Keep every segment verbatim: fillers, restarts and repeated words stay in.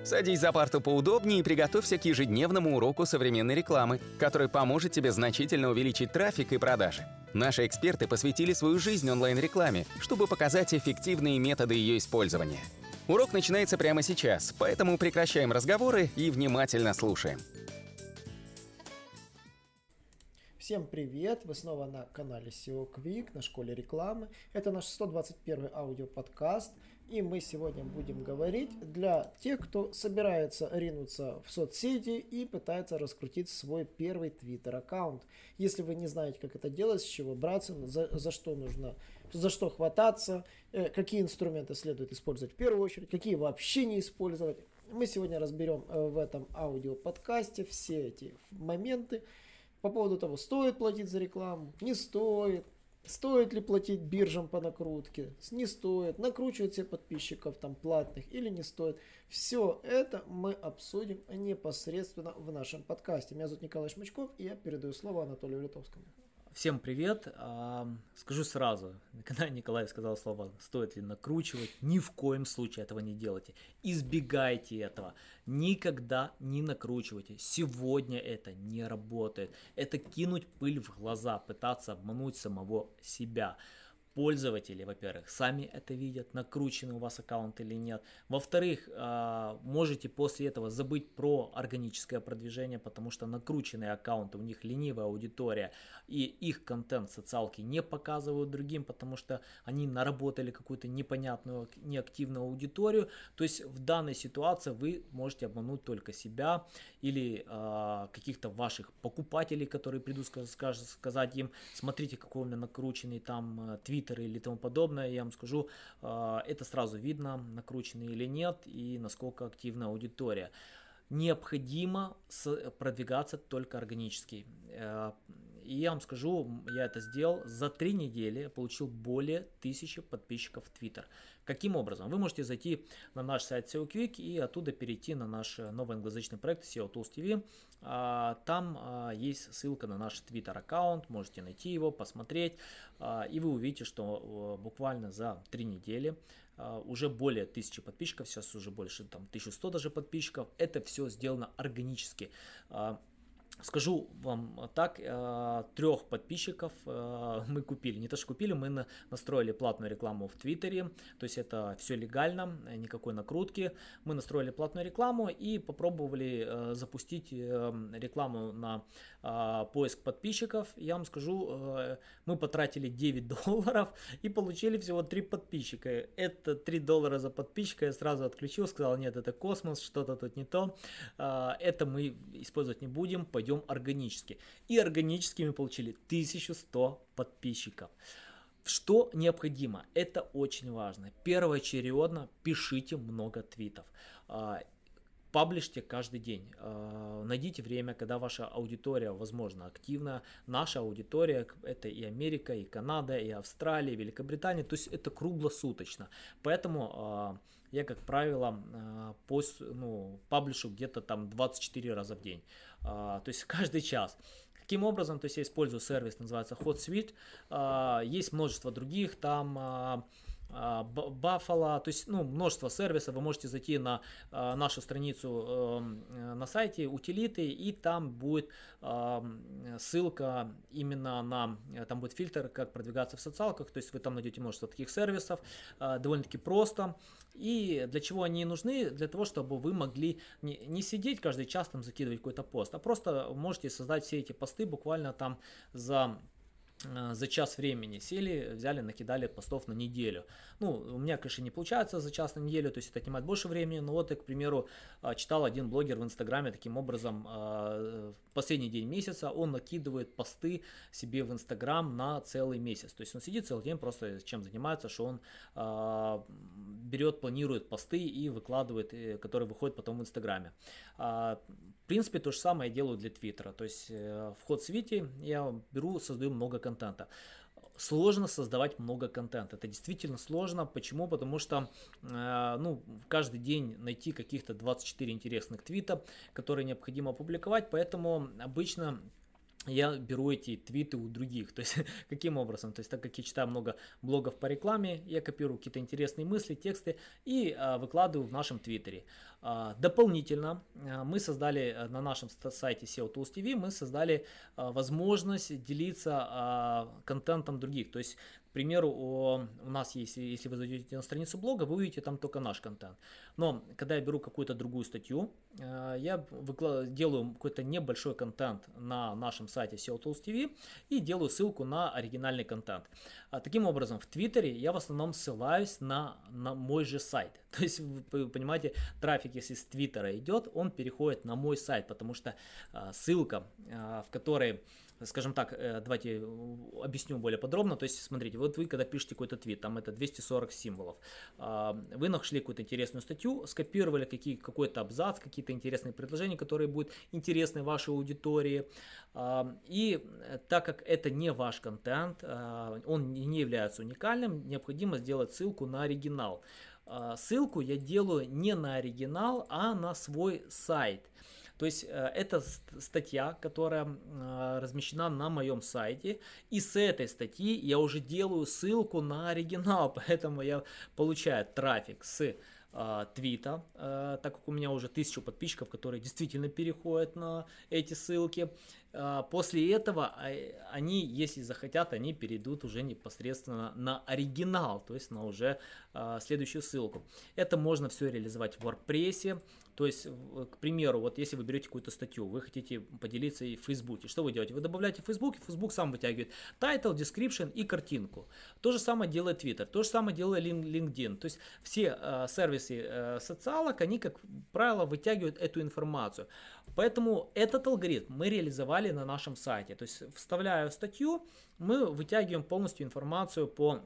Садись за парту поудобнее и приготовься к ежедневному уроку современной рекламы, который поможет тебе значительно увеличить трафик и продажи. Наши эксперты посвятили свою жизнь онлайн-рекламе, чтобы показать эффективные методы ее использования. Урок начинается прямо сейчас, поэтому прекращаем разговоры и внимательно слушаем. Всем привет! Вы снова на канале эс и о Quick, на школе рекламы. Это наш сто двадцать первый аудиоподкаст. И мы сегодня будем говорить для тех, кто собирается ринуться в соцсети и пытается раскрутить свой первый твиттер-аккаунт. Если вы не знаете, как это делать, с чего браться, за, за что нужно, за что хвататься, э, какие инструменты следует использовать в первую очередь, какие вообще не использовать. Мы сегодня разберем э, в этом аудиоподкасте все эти моменты. По поводу того, стоит платить за рекламу, не стоит, стоит ли платить биржам по накрутке, не стоит, накручивать себе подписчиков там платных или не стоит. Все это мы обсудим непосредственно в нашем подкасте. Меня зовут Николай Шмычков, и я передаю слово Анатолию Литовскому. Всем привет. Скажу сразу, когда Николай сказал слово «стоит ли накручивать», ни в коем случае этого не делайте. Избегайте этого. Никогда не накручивайте. Сегодня это не работает. Это кинуть пыль в глаза, пытаться обмануть самого себя. Пользователи, во-первых, сами это видят, накрученный у вас аккаунт или нет. Во-вторых, можете после этого забыть про органическое продвижение, потому что накрученные аккаунты, у них ленивая аудитория, и их контент социалки не показывают другим, потому что они наработали какую-то непонятную, неактивную аудиторию. То есть в данной ситуации вы можете обмануть только себя или каких-то ваших покупателей, которые придут сказать им: смотрите, какой у меня накрученный там твит или тому подобное. Я вам скажу, это сразу видно, накрученный или нет, и насколько активна аудитория. Необходимо продвигаться только органически. И я вам скажу, я это сделал. За три недели я получил более тысячи подписчиков в Twitter. Каким образом? Вы можете зайти на наш сайт эс и о Quick и оттуда перейти на наш новый англоязычный проект эс и о Tools ти ви. Там есть ссылка на наш Twitter аккаунт, можете найти его, посмотреть, и вы увидите, что буквально за три недели уже более тысячи подписчиков, сейчас уже больше там тысяча сто даже подписчиков. Это все сделано органически. Скажу вам так, трех подписчиков мы купили, не то что купили, мы настроили платную рекламу в Твиттере, то есть это все легально, никакой накрутки. Мы настроили платную рекламу и попробовали запустить рекламу на поиск подписчиков. Я вам скажу, мы потратили девять долларов и получили всего три подписчика. Это три доллара за подписчика, я сразу отключил, сказал: нет, это космос, что-то тут не то, это мы использовать не будем, пойдем органически. И органически мы получили тысячу сто подписчиков. Что необходимо? Это очень важно. Первоочередно пишите много твитов. Паблишьте каждый день. Найдите время, когда ваша аудитория, возможно, активна. Наша аудитория — это и Америка, и Канада, и Австралия, и Великобритания. То есть это круглосуточно. Поэтому я, как правило, пост, ну, паблишу где-то там двадцать четыре раза в день. То есть каждый час. Каким образом? То есть я использую сервис, называется HotSuite. Есть множество других там. Buffalo, то есть, ну, множество сервисов. Вы можете зайти на э, нашу страницу э, на сайте утилиты, и там будет э, ссылка именно на, там будет фильтр, как продвигаться в социалках, то есть вы там найдете множество таких сервисов, э, довольно-таки просто. И для чего они нужны? Для того, чтобы вы могли не, не сидеть каждый час там закидывать какой-то пост, а просто можете создать все эти посты буквально там за за час времени. Сели, взяли, накидали постов на неделю. Ну, у меня, конечно, не получается за час на неделю, то есть это отнимает больше времени, но вот я, к примеру, читал один блогер в Инстаграме, таким образом, в последний день месяца он накидывает посты себе в Инстаграм на целый месяц. То есть он сидит целый день, просто чем занимается, что он берет, планирует посты и выкладывает, которые выходят потом в Инстаграме. В принципе, то же самое я делаю для Твиттера. То есть в HotSuite я беру, создаю много контента. Сложно создавать много контента. Это действительно сложно. Почему? Потому что э, ну, каждый день найти каких-то двадцать четыре интересных твита, которые необходимо опубликовать. Поэтому обычно я беру эти твиты у других. То есть, каким образом? То есть, так как я читаю много блогов по рекламе, я копирую какие-то интересные мысли, тексты и а, выкладываю в нашем твиттере. А, дополнительно а, мы создали на нашем сайте эс и о Tools ти ви, мы создали а, возможность делиться а, контентом других. То есть, к примеру, у, у нас есть, если вы зайдете на страницу блога, вы увидите там только наш контент. Но когда я беру какую-то другую статью, я выклад... делаю какой-то небольшой контент на нашем сайте эс и о Tools ти ви и делаю ссылку на оригинальный контент. А таким образом, в Твиттере я в основном ссылаюсь на, на мой же сайт. То есть, вы понимаете, трафик, если с Твиттера идет, он переходит на мой сайт, потому что а, ссылка, а, в которой... Скажем так, давайте объясню более подробно. То есть, смотрите, вот вы когда пишете какой-то твит, там это двести сорок символов, вы нашли какую-то интересную статью, скопировали какие, какой-то абзац, какие-то интересные предложения, которые будут интересны вашей аудитории. И так как это не ваш контент, он не является уникальным, необходимо сделать ссылку на оригинал. Ссылку я делаю не на оригинал, а на свой сайт. То есть это статья, которая размещена на моем сайте, и с этой статьи я уже делаю ссылку на оригинал, поэтому я получаю трафик с твита, так как у меня уже тысячу подписчиков, которые действительно переходят на эти ссылки. После этого они, если захотят, они перейдут уже непосредственно на оригинал, то есть на уже следующую ссылку. Это можно все реализовать в WordPress. То есть, к примеру, вот если вы берете какую-то статью, вы хотите поделиться и в Фейсбуке, что вы делаете? Вы добавляете в Фейсбук, и Фейсбук сам вытягивает title, description и картинку. То же самое делает Twitter, то же самое делает LinkedIn. То есть, все э, сервисы э, социалок, они, как правило, вытягивают эту информацию. Поэтому этот алгоритм мы реализовали на нашем сайте. То есть, вставляя статью, мы вытягиваем полностью информацию по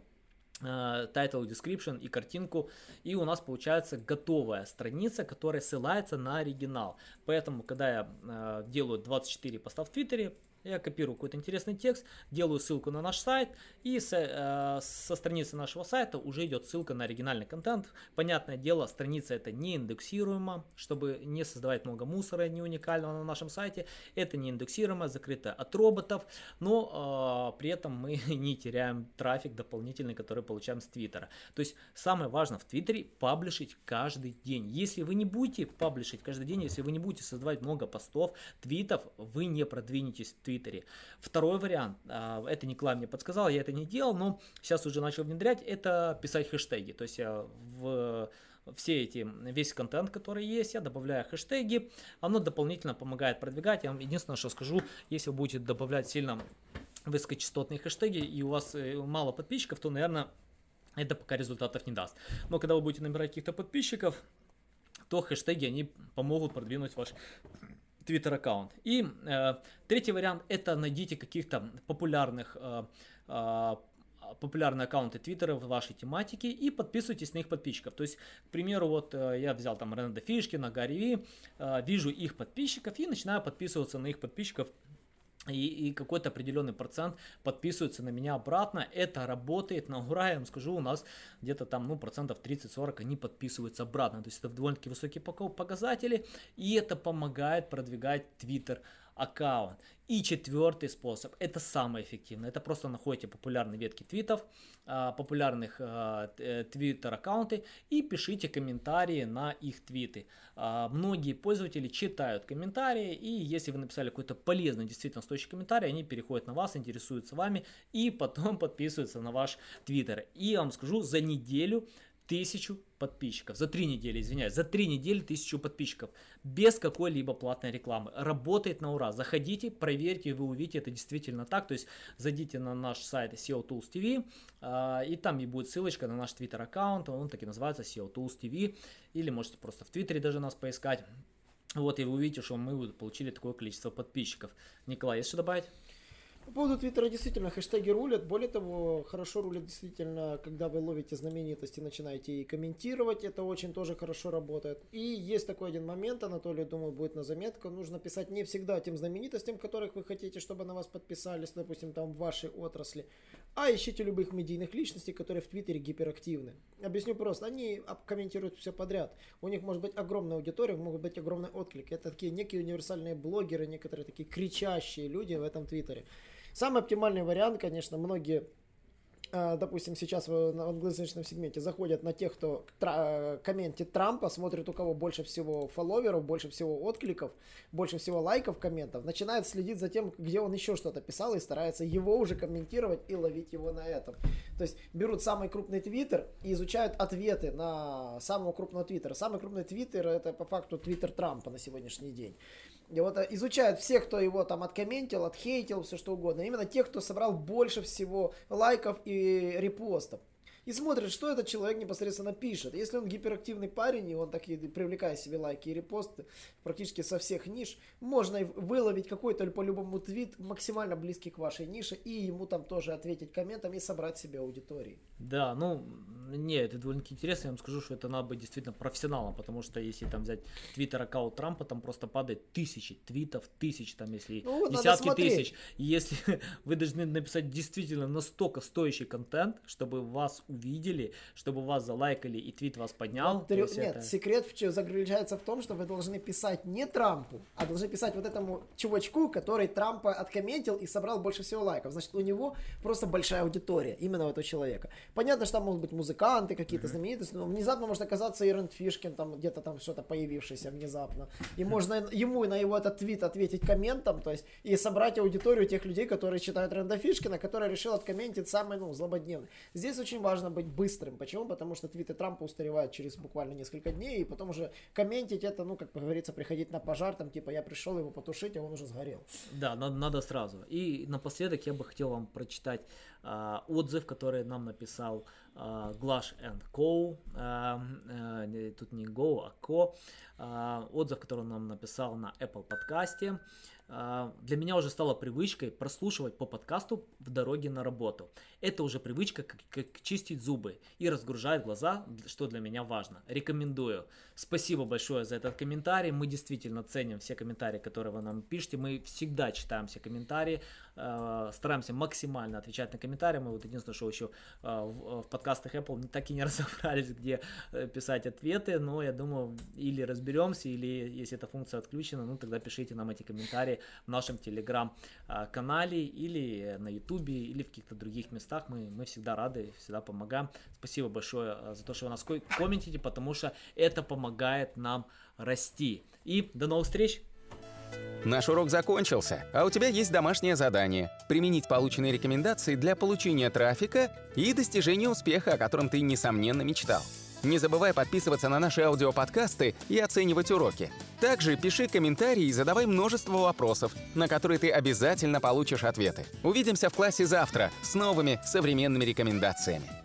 title, description и картинку, и у нас получается готовая страница, которая ссылается на оригинал. Поэтому, когда я э, делаю двадцать четыре поста в Твиттере, я копирую какой-то интересный текст, делаю ссылку на наш сайт, и со, э, со страницы нашего сайта уже идет ссылка на оригинальный контент. Понятное дело, страница это не индексируема, чтобы не создавать много мусора не уникального на нашем сайте. Это не индексируемо, закрыто от роботов, но э, при этом мы не теряем трафик дополнительный, который получаем с Твиттера. То есть самое важное в Твиттере паблишить каждый день. Если вы не будете паблишить каждый день, если вы не будете создавать много постов, твитов, вы не продвинетесь в Твиттере. Твиттере. Второй вариант, это Николай мне подсказал, я это не делал, но сейчас уже начал внедрять, это писать хэштеги. То есть я в все эти, весь контент, который есть, я добавляю хэштеги, оно дополнительно помогает продвигать. Я вам единственное, что скажу, если вы будете добавлять сильно высокочастотные хэштеги и у вас мало подписчиков, то, наверное, это пока результатов не даст. Но когда вы будете набирать каких-то подписчиков, то хэштеги, они помогут продвинуть ваш Twitter аккаунт. И э, третий вариант, это найдите каких-то популярных э, э, популярные аккаунты Твиттера в вашей тематике и подписывайтесь на их подписчиков. То есть, к примеру, вот э, я взял там Ренда Фишкина, Гарри Ви, э, вижу их подписчиков и начинаю подписываться на их подписчиков. И, и какой-то определенный процент подписываются на меня обратно. Это работает на ура, я вам скажу, у нас где-то там, ну, процентов тридцать-сорок они подписываются обратно. То есть это довольно-таки высокие показатели, и это помогает продвигать Twitter аккаунт. И четвертый способ, это самый эффективный, это просто находите популярные ветки твитов, популярных твиттер аккаунты и пишите комментарии на их твиты. Многие пользователи читают комментарии, и если вы написали какой-то полезный, действительно стоящий комментарий, они переходят на вас, интересуются вами и потом подписываются на ваш твиттер. И я вам скажу, за неделю тысячу подписчиков, за три недели, извиняюсь, за три недели тысячу подписчиков, без какой-либо платной рекламы. Работает на ура. Заходите, проверьте, вы увидите, это действительно так. То есть зайдите на наш сайт эс и о Tools ти ви, э, и там и будет ссылочка на наш Twitter аккаунт, он так и называется эс и о Tools ти ви, или можете просто в Твиттере даже нас поискать. Вот, и вы увидите, что мы получили такое количество подписчиков. Николай, есть что добавить? По поводу Твиттера действительно хэштеги рулят. Более того, хорошо рулят действительно, когда вы ловите знаменитости, начинаете и комментировать. Это очень тоже хорошо работает. И есть такой один момент, Анатолий, думаю, будет на заметку. Нужно писать не всегда тем знаменитостям, которых вы хотите, чтобы на вас подписались, допустим, там в вашей отрасли, а ищите любых медийных личностей, которые в Твиттере гиперактивны. Объясню просто. Они комментируют все подряд. У них может быть огромная аудитория, могут быть огромный отклик. Это такие некие универсальные блогеры, некоторые такие кричащие люди в этом Твиттере. Самый оптимальный вариант, конечно, многие, допустим, сейчас в англоязычном сегменте заходят на тех, кто тра- комментит Трампа, смотрят, у кого больше всего фолловеров, больше всего откликов, больше всего лайков, комментов, начинают следить за тем, где он еще что-то писал, и стараются его уже комментировать и ловить его на этом. То есть берут самый крупный твиттер и изучают ответы на самого крупного твиттера. Самый крупный твиттер — это по факту твиттер Трампа на сегодняшний день. И вот изучают всех, кто его там откомментил, отхейтил, все что угодно. Именно тех, кто собрал больше всего лайков и репостов. И смотрят, что этот человек непосредственно пишет. Если он гиперактивный парень, и он так и привлекает себе лайки и репосты практически со всех ниш, можно выловить какой-то по-любому твит максимально близкий к вашей нише, и ему там тоже ответить комментом и собрать себе аудитории. Да, ну, не, это довольно-таки интересно. Я вам скажу, что это надо быть действительно профессионалом, потому что если там взять твиттер-аккаунт Трампа, там просто падает тысячи твитов, тысяч, там, если ну, десятки тысяч. И если вы должны написать действительно настолько стоящий контент, чтобы вас увидели, чтобы вас залайкали и твит вас поднял. Вот, нет, это... секрет заключается в том, что вы должны писать не Трампу, а должны писать вот этому чувачку, который Трампа откомментил и собрал больше всего лайков. Значит, у него просто большая аудитория именно у этого человека. Понятно, что там могут быть музыканты, какие-то mm-hmm. знаменитости, но внезапно может оказаться Ирен Фишкин, там где-то там что-то появившееся внезапно. И можно ему на его этот твит ответить комментом, то есть и собрать аудиторию тех людей, которые читают Ренда Фишкина, который решил откомментить самый, ну, злободневный. Здесь очень важно быть быстрым. Почему? Потому что твиты Трампа устаревают через буквально несколько дней, и потом уже комментить это, ну, как говорится, приходить на пожар, там, типа, я пришел его потушить, а он уже сгорел. Да, надо, надо сразу. И напоследок я бы хотел вам прочитать а, отзыв, который нам написал а, Glash энд Co. А, а, тут не Go, а Co. А, отзыв, который он нам написал на Apple подкасте. Для меня уже стало привычкой прослушивать по подкасту в дороге на работу. Это уже привычка, как, как чистить зубы и разгружать глаза, что для меня важно. Рекомендую. Спасибо большое за этот комментарий. Мы действительно ценим все комментарии, которые вы нам пишете. Мы всегда читаем все комментарии, стараемся максимально отвечать на комментарии. Мы вот единственное, что еще в подкастах Apple так и не разобрались, где писать ответы, но я думаю, или разберемся, или если эта функция отключена, ну тогда пишите нам эти комментарии в нашем телеграм-канале или на ютубе, или в каких-то других местах. Мы, мы всегда рады, всегда помогаем. Спасибо большое за то, что вы нас комментите, потому что это помогает нам расти. И до новых встреч! Наш урок закончился, а у тебя есть домашнее задание – применить полученные рекомендации для получения трафика и достижения успеха, о котором ты, несомненно, мечтал. Не забывай подписываться на наши аудиоподкасты и оценивать уроки. Также пиши комментарии и задавай множество вопросов, на которые ты обязательно получишь ответы. Увидимся в классе завтра с новыми современными рекомендациями.